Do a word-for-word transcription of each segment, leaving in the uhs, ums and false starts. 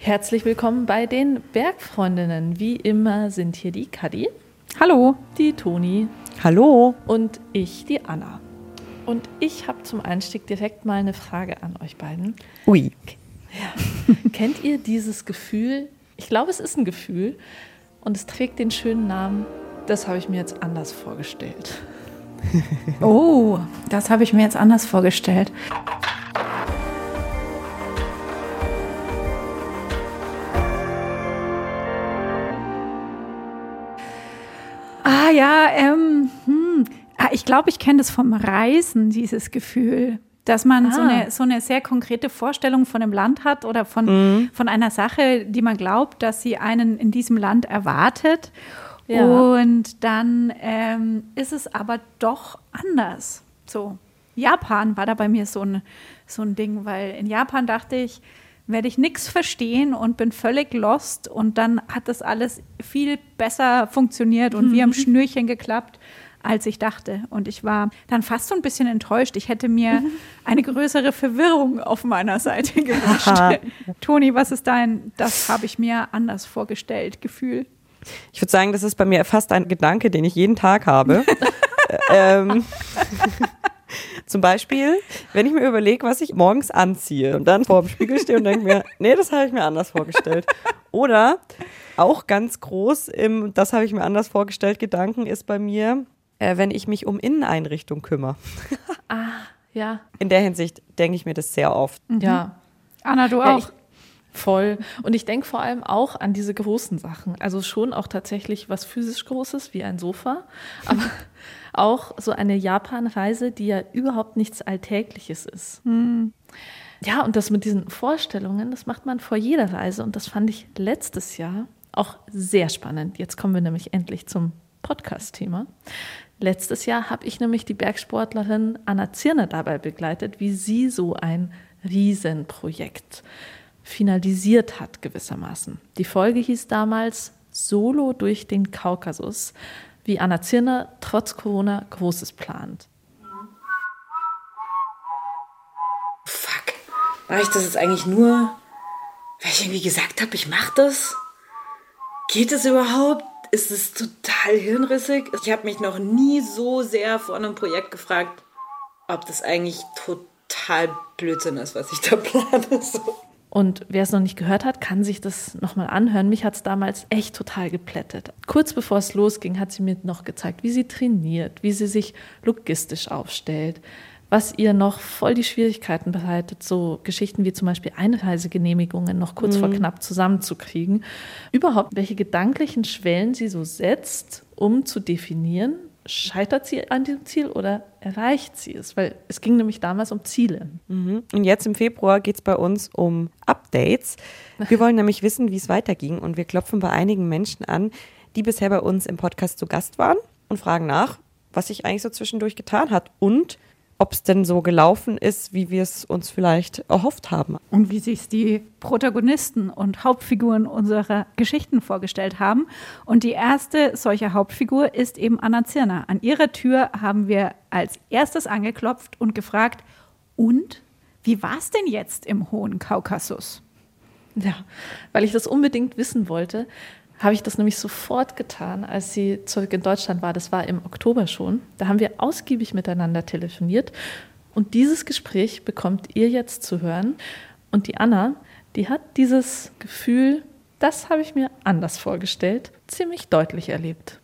Herzlich willkommen bei den Bergfreundinnen. Wie immer sind hier die Kadi. Hallo. Die Toni. Hallo. Und ich, die Anna. Und ich habe zum Einstieg direkt mal eine Frage an euch beiden. Ui. Ja. Kennt ihr dieses Gefühl? Ich glaube, es ist ein Gefühl und es trägt den schönen Namen, das habe ich mir jetzt anders vorgestellt. Oh, das habe ich mir jetzt anders vorgestellt. Ah ja, ähm, hm. ah, ich glaube, ich kenne das vom Reisen, dieses Gefühl, dass man ah. so, eine, so eine sehr konkrete Vorstellung von einem Land hat oder von, mhm. von einer Sache, die man glaubt, dass sie einen in diesem Land erwartet. Ja. Und dann ähm, ist es aber doch anders. So, Japan war da bei mir so ein, so ein Ding, weil in Japan dachte ich, werde ich nichts verstehen und bin völlig lost und dann hat das alles viel besser funktioniert und mhm. wie am Schnürchen geklappt, als ich dachte. Und ich war dann fast so ein bisschen enttäuscht. Ich hätte mir mhm. eine größere Verwirrung auf meiner Seite gewünscht. Toni, was ist dein, das habe ich mir anders vorgestellt, Gefühl? Ich würde sagen, das ist bei mir fast ein Gedanke, den ich jeden Tag habe. ähm, zum Beispiel, wenn ich mir überlege, was ich morgens anziehe und dann vor dem Spiegel stehe und denke mir, nee, das habe ich mir anders vorgestellt. Oder auch ganz groß im, das habe ich mir anders vorgestellt, Gedanken ist bei mir, äh, wenn ich mich um Inneneinrichtung kümmere. Ah, ja. In der Hinsicht denke ich mir das sehr oft. Mhm. Ja. Anna, du ja, auch? Ich, voll. Und ich denke vor allem auch an diese großen Sachen. Also schon auch tatsächlich was physisch Großes, wie ein Sofa. Aber auch so eine Japan-Reise, die ja überhaupt nichts Alltägliches ist. Mhm. Ja, und das mit diesen Vorstellungen, das macht man vor jeder Reise. Und das fand ich letztes Jahr auch sehr spannend. Jetzt kommen wir nämlich endlich zum Podcast-Thema. Letztes Jahr habe ich nämlich die Bergsportlerin Anna Zirner dabei begleitet, wie sie so ein Riesenprojekt finalisiert hat gewissermaßen. Die Folge hieß damals Solo durch den Kaukasus, wie Anna Zirner trotz Corona Großes plant. Fuck, mache ich das jetzt eigentlich nur, weil ich irgendwie gesagt habe, ich mache das? Geht es überhaupt? Ist es total hirnrissig? Ich habe mich noch nie so sehr vor einem Projekt gefragt, ob das eigentlich total Blödsinn ist, was ich da plane. So. Und wer es noch nicht gehört hat, kann sich das nochmal anhören. Mich hat es damals echt total geplättet. Kurz bevor es losging, hat sie mir noch gezeigt, wie sie trainiert, wie sie sich logistisch aufstellt, was ihr noch voll die Schwierigkeiten bereitet, so Geschichten wie zum Beispiel Einreisegenehmigungen noch kurz mhm. vor knapp zusammenzukriegen. Überhaupt, welche gedanklichen Schwellen sie so setzt, um zu definieren, scheitert sie an diesem Ziel oder erreicht sie es? Weil es ging nämlich damals um Ziele. Mhm. Und jetzt im Februar geht es bei uns um Updates. Wir wollen nämlich wissen, wie es weiterging und wir klopfen bei einigen Menschen an, die bisher bei uns im Podcast zu Gast waren und fragen nach, was sich eigentlich so zwischendurch getan hat und ob es denn so gelaufen ist, wie wir es uns vielleicht erhofft haben. Und wie sich die Protagonisten und Hauptfiguren unserer Geschichten vorgestellt haben. Und die erste solche Hauptfigur ist eben Anna Zirner. An ihrer Tür haben wir als erstes angeklopft und gefragt, und wie war es denn jetzt im Hohen Kaukasus? Ja, weil ich das unbedingt wissen wollte, habe ich das nämlich sofort getan, als sie zurück in Deutschland war. Das war im Oktober schon. Da haben wir ausgiebig miteinander telefoniert. Und dieses Gespräch bekommt ihr jetzt zu hören. Und die Anna, die hat dieses Gefühl, das habe ich mir anders vorgestellt, ziemlich deutlich erlebt.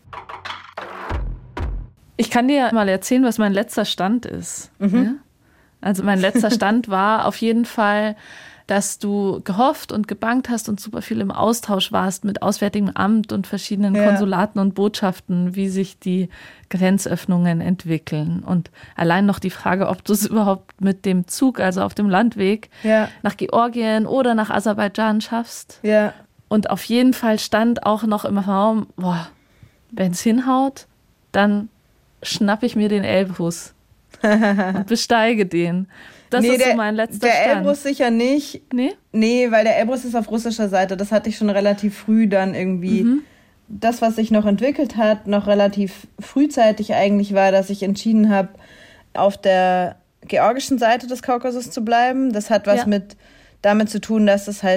Ich kann dir ja mal erzählen, was mein letzter Stand ist. Mhm. Ja? Also mein letzter Stand war auf jeden Fall, dass du gehofft und gebangt hast und super viel im Austausch warst mit Auswärtigem Amt und verschiedenen ja. Konsulaten und Botschaften, wie sich die Grenzöffnungen entwickeln. Und allein noch die Frage, ob du es überhaupt mit dem Zug, also auf dem Landweg, ja. nach Georgien oder nach Aserbaidschan schaffst. Ja. Und auf jeden Fall stand auch noch im Raum, boah, wenn es hinhaut, dann schnappe ich mir den Elbrus und besteige den. Das nee, ist der, so mein letzter der Stand. Der Elbrus sicher nicht. Nee? Nee, weil der Elbrus ist auf russischer Seite. Das hatte ich schon relativ früh dann irgendwie. Mhm. Das, was sich noch entwickelt hat, noch relativ frühzeitig eigentlich war, dass ich entschieden habe, auf der georgischen Seite des Kaukasus zu bleiben. Das hat was ja. mit damit zu tun, dass es halt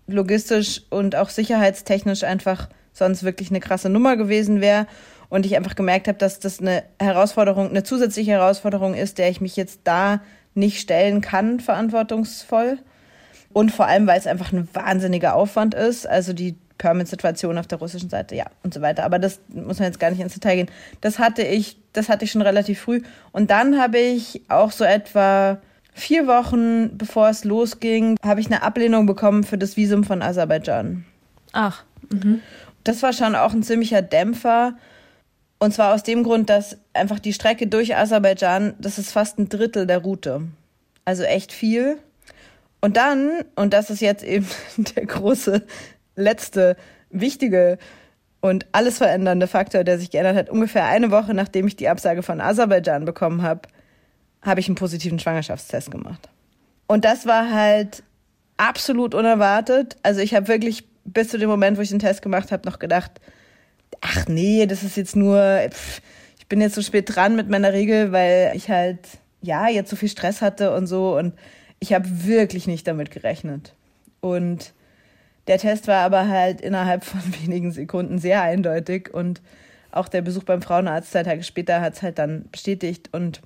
logistisch und auch sicherheitstechnisch einfach sonst wirklich eine krasse Nummer gewesen wäre. Und ich einfach gemerkt habe, dass das eine Herausforderung, eine zusätzliche Herausforderung ist, der ich mich jetzt da nicht stellen kann, verantwortungsvoll. Und vor allem, weil es einfach ein wahnsinniger Aufwand ist. Also die Permit-Situation auf der russischen Seite, ja, und so weiter. Aber das muss man jetzt gar nicht ins Detail gehen. Das hatte ich, das hatte ich schon relativ früh. Und dann habe ich auch so etwa vier Wochen, bevor es losging, habe ich eine Ablehnung bekommen für das Visum von Aserbaidschan. Ach. Mhm. Das war schon auch ein ziemlicher Dämpfer. Und zwar aus dem Grund, dass einfach die Strecke durch Aserbaidschan, das ist fast ein Drittel der Route. Also echt viel. Und dann, und das ist jetzt eben der große, letzte, wichtige und alles verändernde Faktor, der sich geändert hat, ungefähr eine Woche, nachdem ich die Absage von Aserbaidschan bekommen habe, habe ich einen positiven Schwangerschaftstest gemacht. Und das war halt absolut unerwartet. Also ich habe wirklich bis zu dem Moment, wo ich den Test gemacht habe, noch gedacht, ach nee, das ist jetzt nur, pff, ich bin jetzt so spät dran mit meiner Regel, weil ich halt, ja, jetzt so viel Stress hatte und so. Und ich habe wirklich nicht damit gerechnet. Und der Test war aber halt innerhalb von wenigen Sekunden sehr eindeutig. Und auch der Besuch beim Frauenarzt zwei Tage später hat es halt dann bestätigt. Und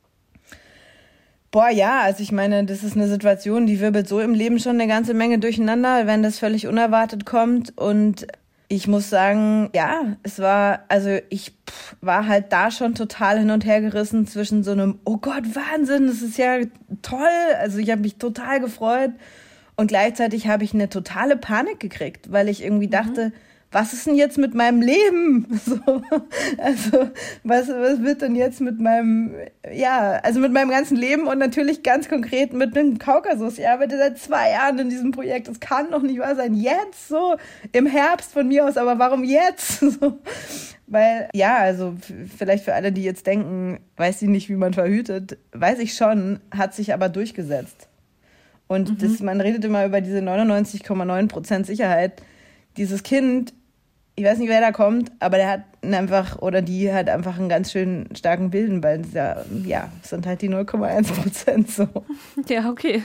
boah, ja, also ich meine, das ist eine Situation, die wirbelt so im Leben schon eine ganze Menge durcheinander, wenn das völlig unerwartet kommt. Und ich muss sagen, ja, es war, also ich pff, war halt da schon total hin und her gerissen zwischen so einem, oh Gott, Wahnsinn, das ist ja toll. Also ich habe mich total gefreut. Und gleichzeitig habe ich eine totale Panik gekriegt, weil ich irgendwie dachte, mhm. was ist denn jetzt mit meinem Leben? So, also was, was wird denn jetzt mit meinem, ja, also mit meinem ganzen Leben und natürlich ganz konkret mit dem Kaukasus. Ich arbeite seit zwei Jahren in diesem Projekt. Das kann doch nicht wahr sein. Jetzt so, im Herbst von mir aus, aber warum jetzt? So, weil, ja, also f- vielleicht für alle, die jetzt denken, weiß ich nicht, wie man verhütet, weiß ich schon, hat sich aber durchgesetzt. Und mhm. das, man redet immer über diese neunundneunzig Komma neun Prozent Sicherheit. Dieses Kind, ich weiß nicht, wer da kommt, aber der hat einfach, oder die hat einfach einen ganz schön starken Willen, weil es ja, ja, sind halt die null Komma eins Prozent so. Ja, okay.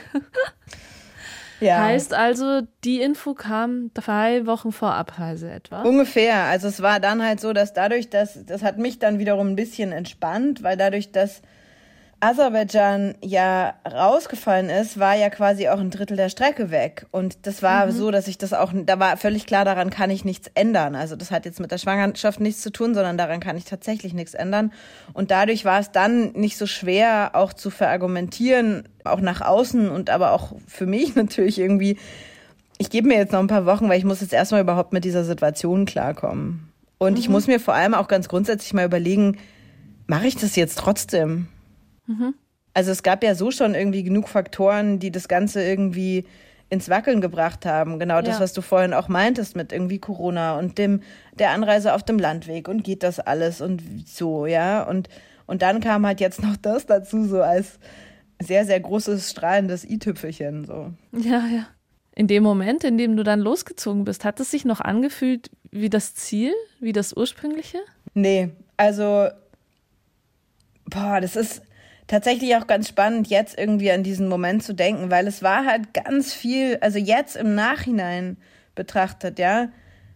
Ja. Heißt also, die Info kam drei Wochen vor Abreise etwa? Ungefähr. Also es war dann halt so, dass dadurch, dass, das hat mich dann wiederum ein bisschen entspannt, weil dadurch, dass Aserbaidschan ja rausgefallen ist, war ja quasi auch ein Drittel der Strecke weg. Und das war mhm. so, dass ich das auch, da war völlig klar, daran kann ich nichts ändern. Also das hat jetzt mit der Schwangerschaft nichts zu tun, sondern daran kann ich tatsächlich nichts ändern. Und dadurch war es dann nicht so schwer, auch zu verargumentieren, auch nach außen und aber auch für mich natürlich irgendwie, ich gebe mir jetzt noch ein paar Wochen, weil ich muss jetzt erstmal überhaupt mit dieser Situation klarkommen. Und mhm. ich muss mir vor allem auch ganz grundsätzlich mal überlegen, mache ich das jetzt trotzdem? Mhm. Also es gab ja so schon irgendwie genug Faktoren, die das Ganze irgendwie ins Wackeln gebracht haben. Genau das, ja. was du vorhin auch meintest mit irgendwie Corona und dem der Anreise auf dem Landweg und geht das alles und so, ja. Und, und dann kam halt jetzt noch das dazu, so als sehr, sehr großes, strahlendes i-Tüpfelchen. So. Ja, ja. In dem Moment, in dem du dann losgezogen bist, hat es sich noch angefühlt wie das Ziel, wie das ursprüngliche? Nee, also boah, das ist tatsächlich auch ganz spannend, jetzt irgendwie an diesen Moment zu denken, weil es war halt ganz viel, also jetzt im Nachhinein betrachtet, ja,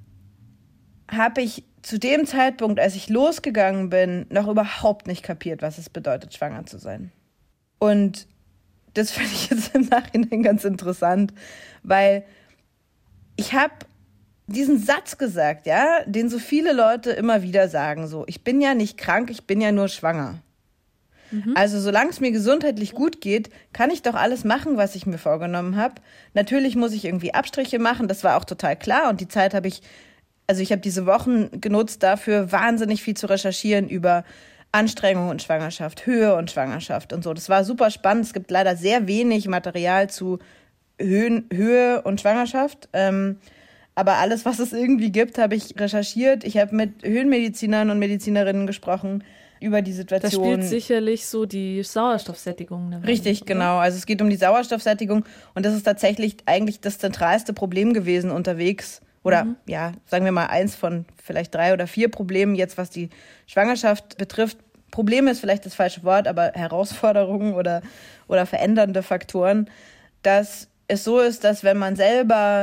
habe ich zu dem Zeitpunkt, als ich losgegangen bin, noch überhaupt nicht kapiert, was es bedeutet, schwanger zu sein. Und das finde ich jetzt im Nachhinein ganz interessant, weil ich habe diesen Satz gesagt, ja, den so viele Leute immer wieder sagen, so, ich bin ja nicht krank, ich bin ja nur schwanger. Mhm. Also solange es mir gesundheitlich gut geht, kann ich doch alles machen, was ich mir vorgenommen habe. Natürlich muss ich irgendwie Abstriche machen, das war auch total klar. Und die Zeit habe ich, also ich habe diese Wochen genutzt dafür, wahnsinnig viel zu recherchieren über Anstrengung und Schwangerschaft, Höhe und Schwangerschaft und so. Das war super spannend. Es gibt leider sehr wenig Material zu Höhen, Höhe und Schwangerschaft. Ähm, aber alles, was es irgendwie gibt, habe ich recherchiert. Ich habe mit Höhenmedizinern und Medizinerinnen gesprochen über die Situation. Da spielt sicherlich so die Sauerstoffsättigung. Eine Richtig, Rolle, genau. Also es geht um die Sauerstoffsättigung und das ist tatsächlich eigentlich das zentralste Problem gewesen unterwegs. Oder mhm. ja, sagen wir mal eins von vielleicht drei oder vier Problemen jetzt, was die Schwangerschaft betrifft. Probleme ist vielleicht das falsche Wort, aber Herausforderungen oder, oder verändernde Faktoren, dass es so ist, dass wenn man selber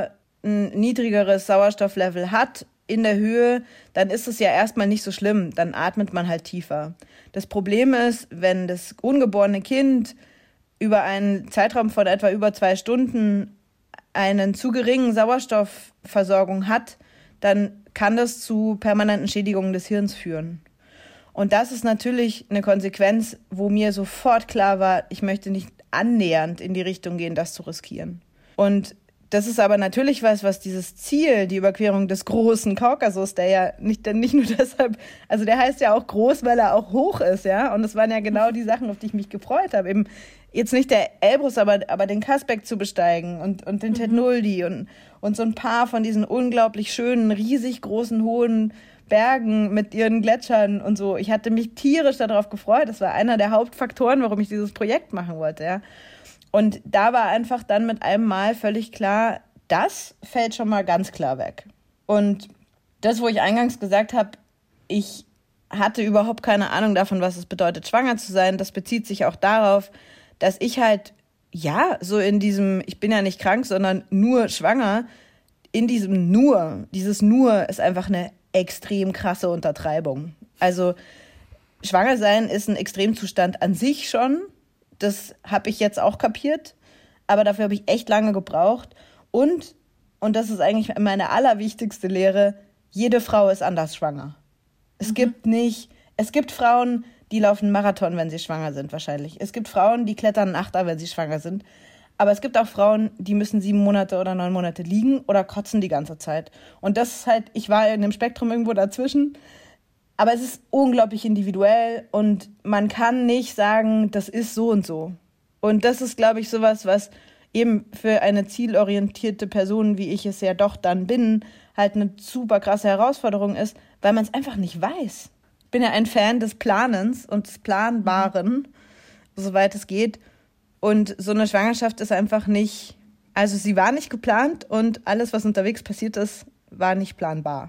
ein niedrigeres Sauerstofflevel hat in der Höhe, dann ist es ja erstmal nicht so schlimm, dann atmet man halt tiefer. Das Problem ist, wenn das ungeborene Kind über einen Zeitraum von etwa über zwei Stunden einen zu geringen Sauerstoffversorgung hat, dann kann das zu permanenten Schädigungen des Hirns führen. Und das ist natürlich eine Konsequenz, wo mir sofort klar war, ich möchte nicht annähernd in die Richtung gehen, das zu riskieren. Und das ist aber natürlich was, was dieses Ziel, die Überquerung des großen Kaukasus, der ja nicht, nicht nur deshalb, also der heißt ja auch groß, weil er auch hoch ist, ja. Und das waren ja genau die Sachen, auf die ich mich gefreut habe. Eben jetzt nicht der Elbrus, aber, aber den Kasbek zu besteigen und, und den mhm. Tetnuldi und, und so ein paar von diesen unglaublich schönen, riesig großen, hohen Bergen mit ihren Gletschern und so. Ich hatte mich tierisch darauf gefreut. Das war einer der Hauptfaktoren, warum ich dieses Projekt machen wollte, ja. Und da war einfach dann mit einem Mal völlig klar, das fällt schon mal ganz klar weg. Und das, wo ich eingangs gesagt habe, ich hatte überhaupt keine Ahnung davon, was es bedeutet, schwanger zu sein, das bezieht sich auch darauf, dass ich halt, ja, so in diesem, ich bin ja nicht krank, sondern nur schwanger, in diesem nur, dieses nur ist einfach eine extrem krasse Untertreibung. Also schwanger sein ist ein Extremzustand an sich schon. Das habe ich jetzt auch kapiert, aber dafür habe ich echt lange gebraucht. Und, und das ist eigentlich meine allerwichtigste Lehre, jede Frau ist anders schwanger. Es mhm. gibt nicht, es gibt Frauen, die laufen Marathon, wenn sie schwanger sind wahrscheinlich. Es gibt Frauen, die klettern einen Achter, wenn sie schwanger sind. Aber es gibt auch Frauen, die müssen sieben Monate oder neun Monate liegen oder kotzen die ganze Zeit. Und das ist halt, ich war in dem Spektrum irgendwo dazwischen. Aber es ist unglaublich individuell und man kann nicht sagen, das ist so und so. Und das ist, glaube ich, sowas, was eben für eine zielorientierte Person, wie ich es ja doch dann bin, halt eine super krasse Herausforderung ist, weil man es einfach nicht weiß. Ich bin ja ein Fan des Planens und des Planbaren, soweit es geht. Und so eine Schwangerschaft ist einfach nicht, also sie war nicht geplant und alles, was unterwegs passiert ist, war nicht planbar.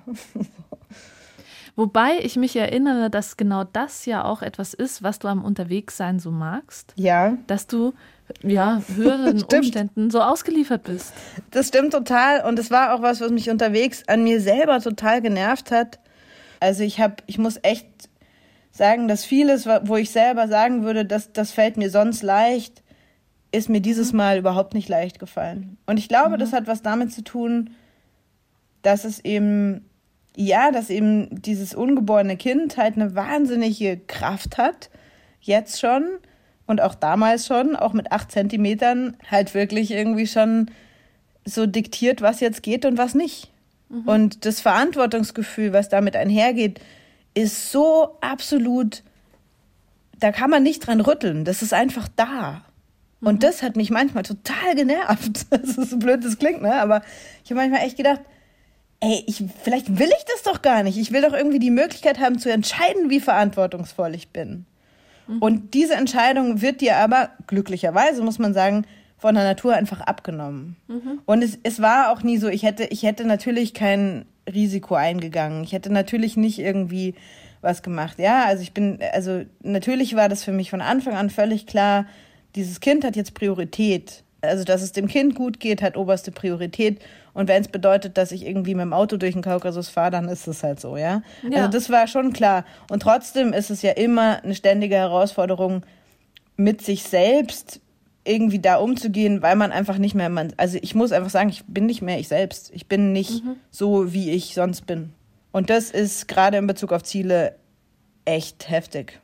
Wobei ich mich erinnere, dass genau das ja auch etwas ist, was du am Unterwegssein so magst. Ja. Dass du ja höheren Umständen so ausgeliefert bist. Das stimmt total. Und es war auch was, was mich unterwegs an mir selber total genervt hat. Also ich habe, ich muss echt sagen, dass vieles, wo ich selber sagen würde, dass das fällt mir sonst leicht, ist mir dieses Mal überhaupt nicht leicht gefallen. Und ich glaube, mhm. das hat was damit zu tun, dass es eben Ja, dass eben dieses ungeborene Kind halt eine wahnsinnige Kraft hat, jetzt schon und auch damals schon, auch mit acht Zentimetern, halt wirklich irgendwie schon so diktiert, was jetzt geht und was nicht. Mhm. Und das Verantwortungsgefühl, was damit einhergeht, ist so absolut, da kann man nicht dran rütteln, das ist einfach da. Mhm. Und das hat mich manchmal total genervt. Das ist so blöd, das klingt, ne? Aber ich habe manchmal echt gedacht, ey, ich, vielleicht will ich das doch gar nicht. Ich will doch irgendwie die Möglichkeit haben, zu entscheiden, wie verantwortungsvoll ich bin. Mhm. Und diese Entscheidung wird dir aber, glücklicherweise muss man sagen, von der Natur einfach abgenommen. Mhm. Und es, es war auch nie so, ich hätte, ich hätte natürlich kein Risiko eingegangen. Ich hätte natürlich nicht irgendwie was gemacht. Ja, also ich bin, also natürlich war das für mich von Anfang an völlig klar, dieses Kind hat jetzt Priorität. Also, dass es dem Kind gut geht, hat oberste Priorität. Und wenn es bedeutet, dass ich irgendwie mit dem Auto durch den Kaukasus fahre, dann ist es halt so, ja? ja? Also das war schon klar. Und trotzdem ist es ja immer eine ständige Herausforderung, mit sich selbst irgendwie da umzugehen, weil man einfach nicht mehr, man, also ich muss einfach sagen, ich bin nicht mehr ich selbst. Ich bin nicht mhm. so, wie ich sonst bin. Und das ist gerade in Bezug auf Ziele echt heftig.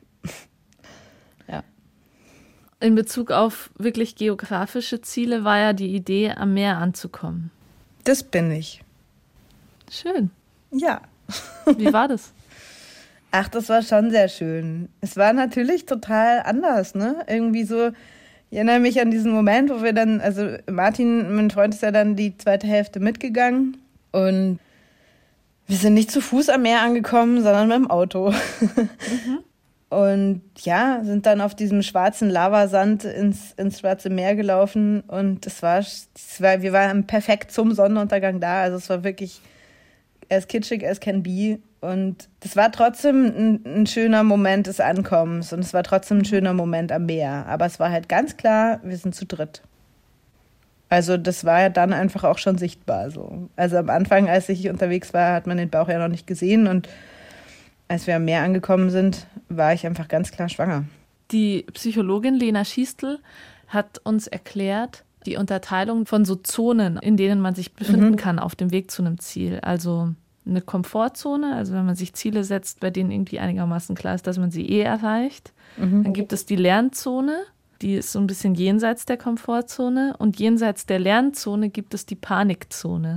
In Bezug auf wirklich geografische Ziele war ja die Idee, am Meer anzukommen. Das bin ich. Schön. Ja. Wie war das? Ach, das war schon sehr schön. Es war natürlich total anders, ne? Irgendwie so, ich erinnere mich an diesen Moment, wo wir dann, also Martin, mein Freund, ist ja dann die zweite Hälfte mitgegangen und wir sind nicht zu Fuß am Meer angekommen, sondern mit dem Auto. Mhm. Und ja, sind dann auf diesem schwarzen Lavasand ins, ins Schwarze Meer gelaufen und das war, das war, wir waren perfekt zum Sonnenuntergang da. Also es war wirklich as kitschig as can be. Und das war trotzdem ein, ein schöner Moment des Ankommens und es war trotzdem ein schöner Moment am Meer. Aber es war halt ganz klar, wir sind zu dritt. Also das war ja dann einfach auch schon sichtbar so. Also am Anfang, als ich unterwegs war, hat man den Bauch ja noch nicht gesehen und als wir am Meer angekommen sind, war ich einfach ganz klar schwanger. Die Psychologin Lena Schiestl hat uns erklärt, die Unterteilung von so Zonen, in denen man sich befinden mhm. kann auf dem Weg zu einem Ziel. Also eine Komfortzone, also wenn man sich Ziele setzt, bei denen irgendwie einigermaßen klar ist, dass man sie eh erreicht. Mhm. Dann gibt es die Lernzone, die ist so ein bisschen jenseits der Komfortzone. Und jenseits der Lernzone gibt es die Panikzone.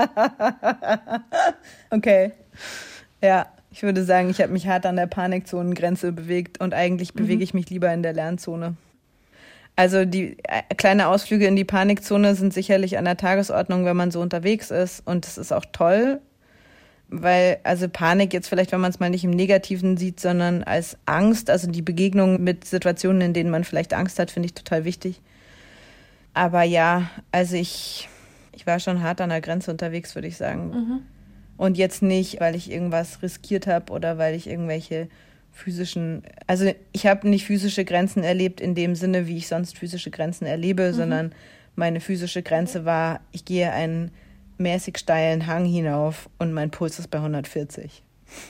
Okay, ja. Ich würde sagen, ich habe mich hart an der Panikzonengrenze bewegt und eigentlich mhm. bewege ich mich lieber in der Lernzone. Also die äh, kleine Ausflüge in die Panikzone sind sicherlich an der Tagesordnung, wenn man so unterwegs ist. Und das ist auch toll, weil also Panik jetzt vielleicht, wenn man es mal nicht im Negativen sieht, sondern als Angst, also die Begegnung mit Situationen, in denen man vielleicht Angst hat, finde ich total wichtig. Aber ja, also ich, ich war schon hart an der Grenze unterwegs, würde ich sagen. Mhm. Und jetzt nicht, weil ich irgendwas riskiert habe oder weil ich irgendwelche physischen, also ich habe nicht physische Grenzen erlebt in dem Sinne, wie ich sonst physische Grenzen erlebe, mhm. sondern meine physische Grenze war, ich gehe einen mäßig steilen Hang hinauf und mein Puls ist bei hundertvierzig.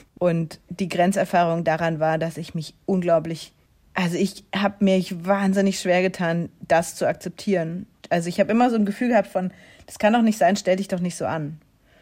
Und die Grenzerfahrung daran war, dass ich mich unglaublich, also ich habe mich wahnsinnig schwer getan, das zu akzeptieren. Also ich habe immer so ein Gefühl gehabt von, das kann doch nicht sein, stell dich doch nicht so an.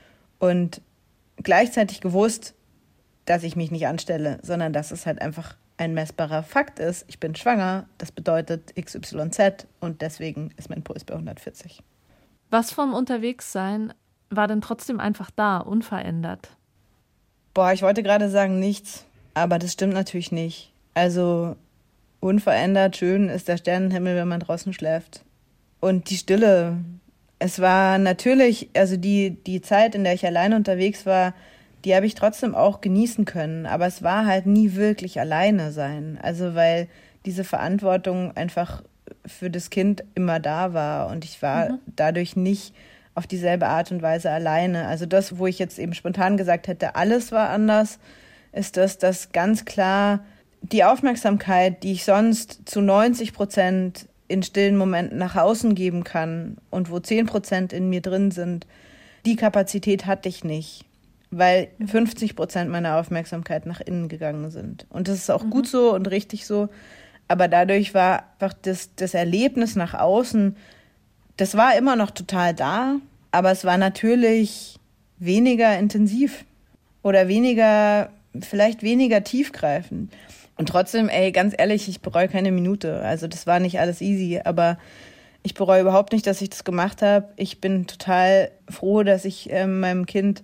Und gleichzeitig gewusst, dass ich mich nicht anstelle, sondern dass es halt einfach ein messbarer Fakt ist. Ich bin schwanger, das bedeutet X Y Z und deswegen ist mein Puls bei hundertvierzig. Was vom Unterwegssein war denn trotzdem einfach da, unverändert? Boah, ich wollte gerade sagen nichts, aber das stimmt natürlich nicht. Also unverändert schön ist der Sternenhimmel, wenn man draußen schläft. Und die Stille. Es war natürlich, also die, die Zeit, in der ich alleine unterwegs war, die habe ich trotzdem auch genießen können. Aber es war halt nie wirklich alleine sein. Also weil diese Verantwortung einfach für das Kind immer da war. Und ich war mhm. dadurch nicht auf dieselbe Art und Weise alleine. Also das, wo ich jetzt eben spontan gesagt hätte, alles war anders, ist das, dass ganz klar die Aufmerksamkeit, die ich sonst zu neunzig Prozent in stillen Momenten nach außen geben kann und wo zehn Prozent in mir drin sind, die Kapazität hatte ich nicht, weil fünfzig Prozent meiner Aufmerksamkeit nach innen gegangen sind. Und das ist auch mhm. gut so und richtig so, aber dadurch war einfach das, das Erlebnis nach außen, das war immer noch total da, aber es war natürlich weniger intensiv oder weniger, vielleicht weniger tiefgreifend. Und trotzdem, ey, ganz ehrlich, ich bereue keine Minute. Also das war nicht alles easy, aber ich bereue überhaupt nicht, dass ich das gemacht habe. Ich bin total froh, dass ich äh, meinem Kind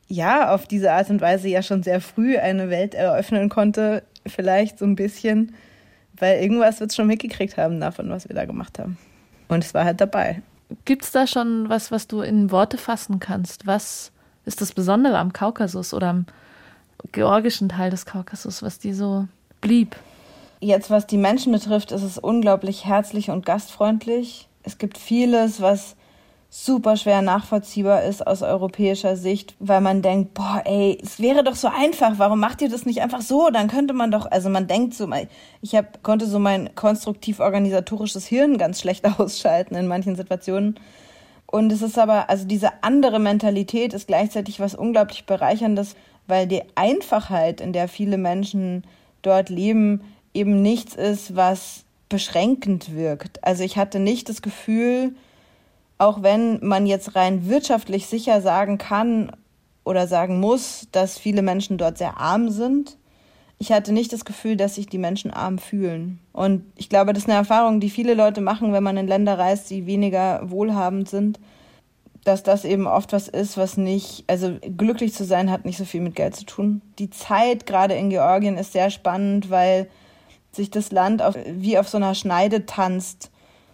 ja auf diese Art und Weise ja schon sehr früh eine Welt eröffnen konnte. Vielleicht so ein bisschen, weil irgendwas wird es schon mitgekriegt haben davon, was wir da gemacht haben. Und es war halt dabei. Gibt es da schon was, was du in Worte fassen kannst? Was ist das Besondere am Kaukasus oder am georgischen Teil des Kaukasus, was die so blieb? Jetzt, was die Menschen betrifft, ist es unglaublich herzlich und gastfreundlich. Es gibt vieles, was super schwer nachvollziehbar ist aus europäischer Sicht, weil man denkt, boah, ey, es wäre doch so einfach, warum macht ihr das nicht einfach so? Dann könnte man doch, also man denkt so, ich hab, konnte so mein konstruktiv-organisatorisches Hirn ganz schlecht ausschalten in manchen Situationen. Und es ist aber, also diese andere Mentalität ist gleichzeitig was unglaublich Bereicherndes, weil die Einfachheit, in der viele Menschen dort leben, eben nichts ist, was beschränkend wirkt. Also ich hatte nicht das Gefühl, auch wenn man jetzt rein wirtschaftlich sicher sagen kann oder sagen muss, dass viele Menschen dort sehr arm sind, ich hatte nicht das Gefühl, dass sich die Menschen arm fühlen. Und ich glaube, das ist eine Erfahrung, die viele Leute machen, wenn man in Länder reist, die weniger wohlhabend sind, dass das eben oft was ist, was nicht, also glücklich zu sein hat nicht so viel mit Geld zu tun. Die Zeit gerade in Georgien ist sehr spannend, weil sich das Land auf, wie auf so einer Schneide tanzt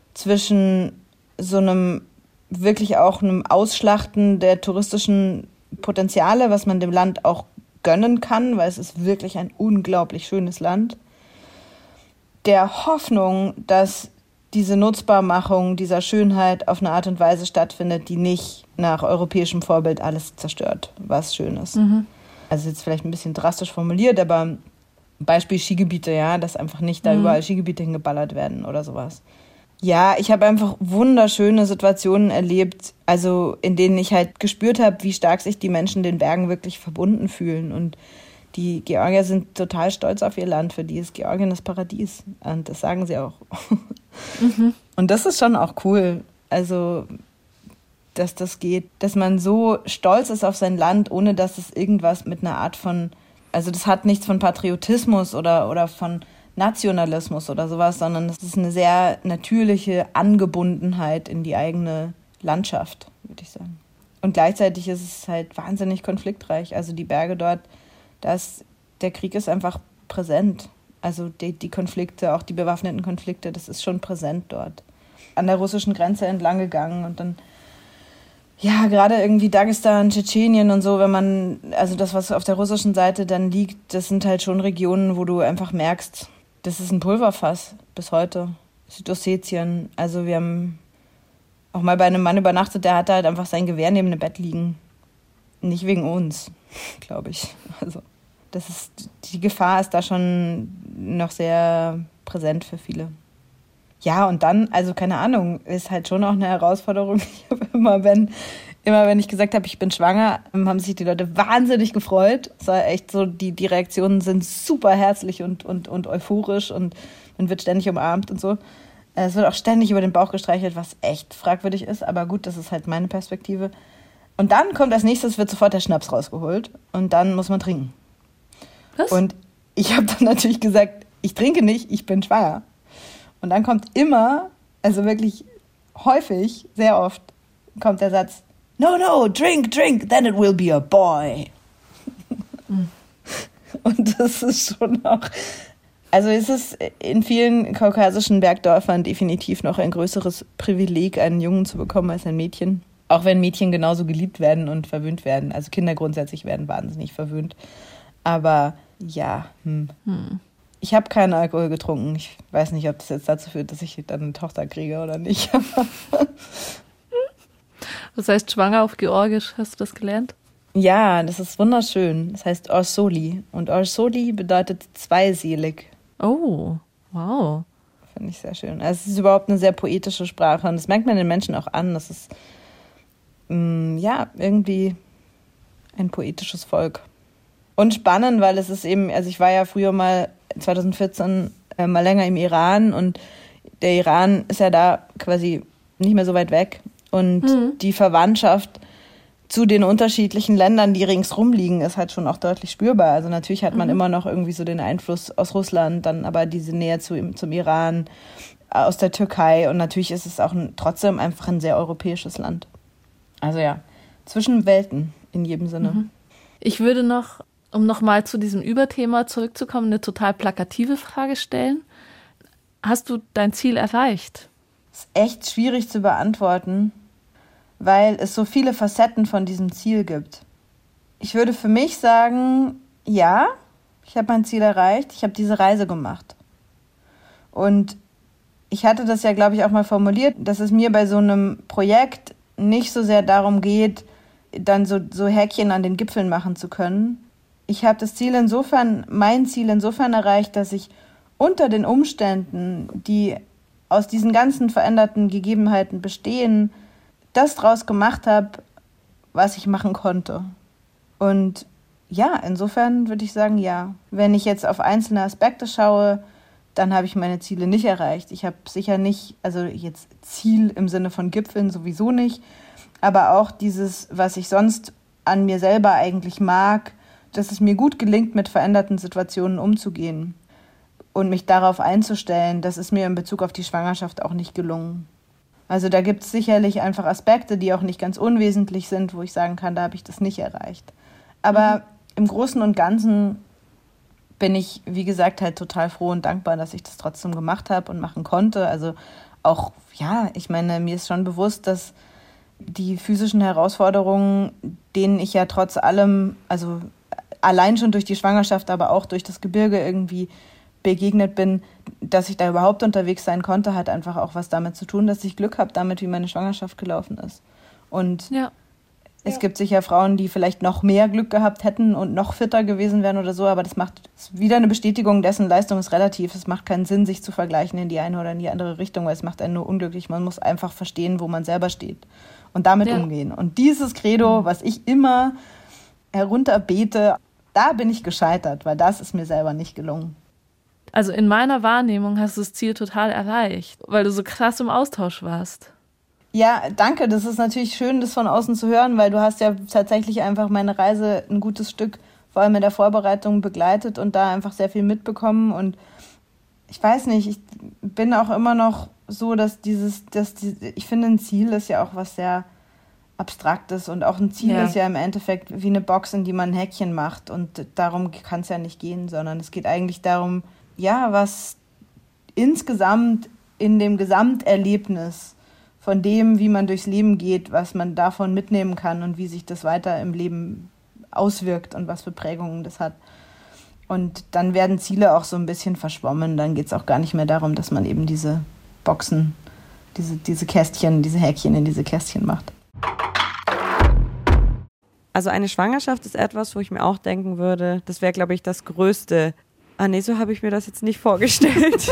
zwischen so einem wirklich auch einem Ausschlachten der touristischen Potenziale, was man dem Land auch gönnen kann, weil es ist wirklich ein unglaublich schönes Land, der Hoffnung, dass diese Nutzbarmachung dieser Schönheit auf eine Art und Weise stattfindet, die nicht nach europäischem Vorbild alles zerstört, was schön ist. Mhm. Also jetzt vielleicht ein bisschen drastisch formuliert, aber Beispiel Skigebiete, ja, dass einfach nicht da mhm. überall Skigebiete hingeballert werden oder sowas. Ja, ich habe einfach wunderschöne Situationen erlebt, also in denen ich halt gespürt habe, wie stark sich die Menschen den Bergen wirklich verbunden fühlen. Und die Georgier sind total stolz auf ihr Land, für die ist Georgien das Paradies. Und das sagen sie auch. Mhm. Und das ist schon auch cool, also dass das geht, dass man so stolz ist auf sein Land, ohne dass es irgendwas mit einer Art von, also das hat nichts von Patriotismus oder, oder von Nationalismus oder sowas, sondern es ist eine sehr natürliche Angebundenheit in die eigene Landschaft, würde ich sagen. Und gleichzeitig ist es halt wahnsinnig konfliktreich. Also die Berge dort, da ist, der Krieg ist einfach präsent. Also die, die Konflikte, auch die bewaffneten Konflikte, das ist schon präsent dort. An der russischen Grenze entlang gegangen und dann, ja, gerade irgendwie Dagestan, Tschetschenien und so, wenn man, also das, was auf der russischen Seite dann liegt, das sind halt schon Regionen, wo du einfach merkst, das ist ein Pulverfass bis heute. Südossetien, also wir haben auch mal bei einem Mann übernachtet, der hatte halt einfach sein Gewehr neben dem Bett liegen. Nicht wegen uns, glaube ich. Also das ist, die Gefahr ist da schon noch sehr präsent für viele. Ja, und dann, also keine Ahnung, ist halt schon auch eine Herausforderung. Ich habe immer, wenn, immer wenn ich gesagt habe, ich bin schwanger, haben sich die Leute wahnsinnig gefreut. Es war echt so, die, die Reaktionen sind super herzlich und, und, und euphorisch und man wird ständig umarmt und so. Es wird auch ständig über den Bauch gestreichelt, was echt fragwürdig ist, aber gut, das ist halt meine Perspektive. Und dann kommt als nächstes, wird sofort der Schnaps rausgeholt und dann muss man trinken. Was? Und ich habe dann natürlich gesagt, ich trinke nicht, ich bin schwanger. Und dann kommt immer, also wirklich häufig, sehr oft, kommt der Satz, no, no, drink, drink, then it will be a boy. Mhm. Und das ist schon auch, also es ist in vielen kaukasischen Bergdörfern definitiv noch ein größeres Privileg, einen Jungen zu bekommen als ein Mädchen. Auch wenn Mädchen genauso geliebt werden und verwöhnt werden. Also Kinder grundsätzlich werden wahnsinnig verwöhnt. Aber ja, hm. Hm. Ich habe keinen Alkohol getrunken. Ich weiß nicht, ob das jetzt dazu führt, dass ich dann eine Tochter kriege oder nicht. Was heißt schwanger auf Georgisch? Hast du das gelernt? Ja, das ist wunderschön. Das heißt Orsoli. Und Orsoli bedeutet zweiselig. Oh, wow. Finde ich sehr schön. Also es ist überhaupt eine sehr poetische Sprache. Und das merkt man den Menschen auch an. Das ist, mh, ja, irgendwie ein poetisches Volk. Und spannend, weil es ist eben, also ich war ja früher mal zwanzig vierzehn äh, mal länger im Iran und der Iran ist ja da quasi nicht mehr so weit weg und mhm. die Verwandtschaft zu den unterschiedlichen Ländern, die ringsrum liegen, ist halt schon auch deutlich spürbar. Also natürlich hat man mhm. immer noch irgendwie so den Einfluss aus Russland, dann aber diese Nähe zu, zum Iran, aus der Türkei und natürlich ist es auch ein, trotzdem einfach ein sehr europäisches Land. Also ja, zwischen Welten in jedem Sinne. Mhm. Ich würde noch, um nochmal zu diesem Überthema zurückzukommen, eine total plakative Frage stellen. Hast du dein Ziel erreicht? Das ist echt schwierig zu beantworten, weil es so viele Facetten von diesem Ziel gibt. Ich würde für mich sagen, ja, ich habe mein Ziel erreicht, ich habe diese Reise gemacht. Und ich hatte das ja, glaube ich, auch mal formuliert, dass es mir bei so einem Projekt nicht so sehr darum geht, dann so, so Häkchen an den Gipfeln machen zu können. Ich habe das Ziel insofern, mein Ziel insofern erreicht, dass ich unter den Umständen, die aus diesen ganzen veränderten Gegebenheiten bestehen, das draus gemacht habe, was ich machen konnte. Und ja, insofern würde ich sagen, ja. Wenn ich jetzt auf einzelne Aspekte schaue, dann habe ich meine Ziele nicht erreicht. Ich habe sicher nicht, also jetzt Ziel im Sinne von Gipfeln sowieso nicht, aber auch dieses, was ich sonst an mir selber eigentlich mag, dass es mir gut gelingt, mit veränderten Situationen umzugehen und mich darauf einzustellen, das ist mir in Bezug auf die Schwangerschaft auch nicht gelungen. Also da gibt es sicherlich einfach Aspekte, die auch nicht ganz unwesentlich sind, wo ich sagen kann, da habe ich das nicht erreicht. Aber mhm. im Großen und Ganzen bin ich, wie gesagt, halt total froh und dankbar, dass ich das trotzdem gemacht habe und machen konnte. Also auch, ja, ich meine, mir ist schon bewusst, dass die physischen Herausforderungen, denen ich ja trotz allem, also allein schon durch die Schwangerschaft, aber auch durch das Gebirge irgendwie begegnet bin, dass ich da überhaupt unterwegs sein konnte, hat einfach auch was damit zu tun, dass ich Glück habe damit, wie meine Schwangerschaft gelaufen ist. Und ja. Es gibt sicher Frauen, die vielleicht noch mehr Glück gehabt hätten und noch fitter gewesen wären oder so, aber das macht das ist wieder eine Bestätigung dessen, Leistung ist relativ. Es macht keinen Sinn, sich zu vergleichen in die eine oder in die andere Richtung, weil es macht einen nur unglücklich. Man muss einfach verstehen, wo man selber steht und damit ja. umgehen. Und dieses Credo, was ich immer herunterbete, da bin ich gescheitert, weil das ist mir selber nicht gelungen. Also in meiner Wahrnehmung hast du das Ziel total erreicht, weil du so krass im Austausch warst. Ja, danke. Das ist natürlich schön, das von außen zu hören, weil du hast ja tatsächlich einfach meine Reise ein gutes Stück, vor allem in der Vorbereitung, begleitet und da einfach sehr viel mitbekommen. Und ich weiß nicht, ich bin auch immer noch so, dass dieses, dass die, ich finde, ein Ziel ist ja auch was sehr Abstraktes und auch ein Ziel ja. ist ja im Endeffekt wie eine Box, in die man ein Häkchen macht und darum kann es ja nicht gehen, sondern es geht eigentlich darum, ja, was insgesamt in dem Gesamterlebnis von dem, wie man durchs Leben geht, was man davon mitnehmen kann und wie sich das weiter im Leben auswirkt und was für Prägungen das hat. Und dann werden Ziele auch so ein bisschen verschwommen. Dann geht es auch gar nicht mehr darum, dass man eben diese Boxen, diese, diese Kästchen, diese Häkchen in diese Kästchen macht. Also eine Schwangerschaft ist etwas, wo ich mir auch denken würde, das wäre, glaube ich, das Größte. Ah nee, so habe ich mir das jetzt nicht vorgestellt.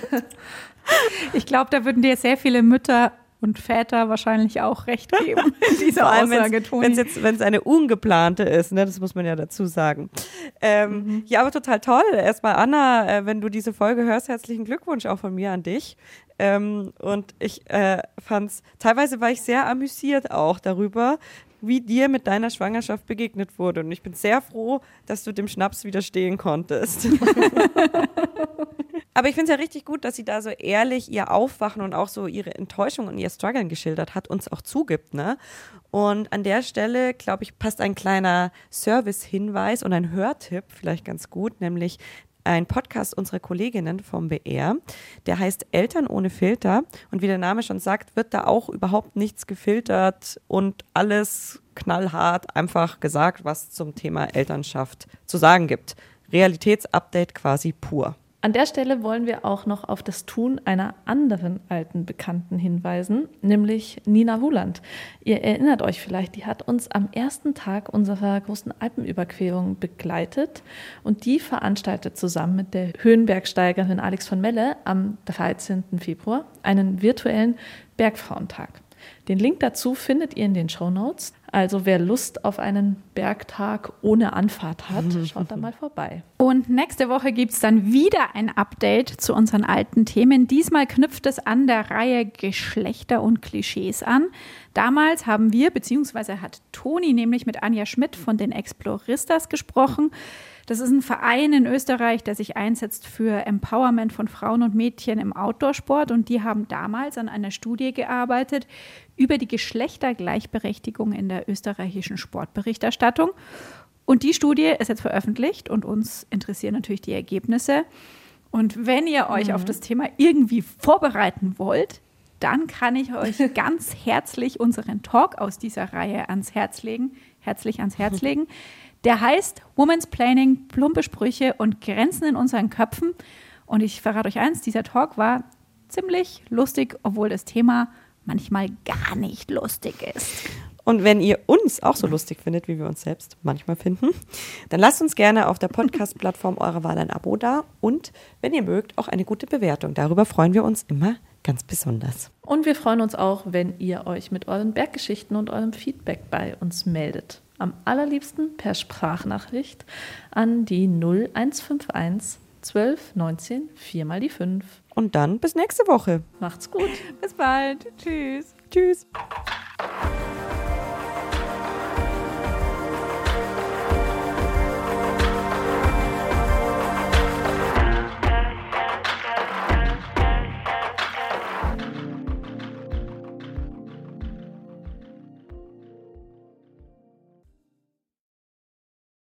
Ich glaube, da würden dir sehr viele Mütter und Väter wahrscheinlich auch recht geben in dieser Aussage, Toni. Wenn es jetzt, wenn es eine ungeplante ist, ne, das muss man ja dazu sagen. Ähm, mhm. Ja, aber total toll. Erstmal Anna, äh, wenn du diese Folge hörst, herzlichen Glückwunsch auch von mir an dich. Ähm, und ich äh, fand's, teilweise war ich sehr amüsiert auch darüber, wie dir mit deiner Schwangerschaft begegnet wurde. Und ich bin sehr froh, dass du dem Schnaps widerstehen konntest. Aber ich finde es ja richtig gut, dass sie da so ehrlich ihr Aufwachen und auch so ihre Enttäuschung und ihr Struggeln geschildert hat, uns auch zugibt, ne? Und an der Stelle, glaube ich, passt ein kleiner Service-Hinweis und ein Hörtipp vielleicht ganz gut, nämlich ein Podcast unserer Kolleginnen vom B R, der heißt Eltern ohne Filter und wie der Name schon sagt, wird da auch überhaupt nichts gefiltert und alles knallhart einfach gesagt, was zum Thema Elternschaft zu sagen gibt. Realitätsupdate quasi pur. An der Stelle wollen wir auch noch auf das Tun einer anderen alten Bekannten hinweisen, nämlich Nina Wuland. Ihr erinnert euch vielleicht, die hat uns am ersten Tag unserer großen Alpenüberquerung begleitet und die veranstaltet zusammen mit der Höhenbergsteigerin Alex von Melle am dreizehnten Februar einen virtuellen Bergfrauentag. Den Link dazu findet ihr in den Shownotes. Also wer Lust auf einen Bergtag ohne Anfahrt hat, schaut da mal vorbei. Und nächste Woche gibt es dann wieder ein Update zu unseren alten Themen. Diesmal knüpft es an der Reihe Geschlechter und Klischees an. Damals haben wir, beziehungsweise hat Toni nämlich mit Anja Schmidt von den Exploristas gesprochen. Das ist ein Verein in Österreich, der sich einsetzt für Empowerment von Frauen und Mädchen im Outdoorsport. Und die haben damals an einer Studie gearbeitet über die Geschlechtergleichberechtigung in der österreichischen Sportberichterstattung. Und die Studie ist jetzt veröffentlicht und uns interessieren natürlich die Ergebnisse. Und wenn ihr euch mhm. auf das Thema irgendwie vorbereiten wollt, dann kann ich euch ganz herzlich unseren Talk aus dieser Reihe ans Herz legen, herzlich ans Herz legen. Der heißt Women's Planning, plumpe Sprüche und Grenzen in unseren Köpfen. Und ich verrate euch eins, dieser Talk war ziemlich lustig, obwohl das Thema manchmal gar nicht lustig ist. Und wenn ihr uns auch so lustig findet, wie wir uns selbst manchmal finden, dann lasst uns gerne auf der Podcast-Plattform eurer Wahl ein Abo da und, wenn ihr mögt, auch eine gute Bewertung. Darüber freuen wir uns immer ganz besonders. Und wir freuen uns auch, wenn ihr euch mit euren Berggeschichten und eurem Feedback bei uns meldet. Am allerliebsten per Sprachnachricht an die null eins fünf eins zwölf neunzehn vier mal die fünf. Und dann bis nächste Woche. Macht's gut. Bis bald. Tschüss. Tschüss.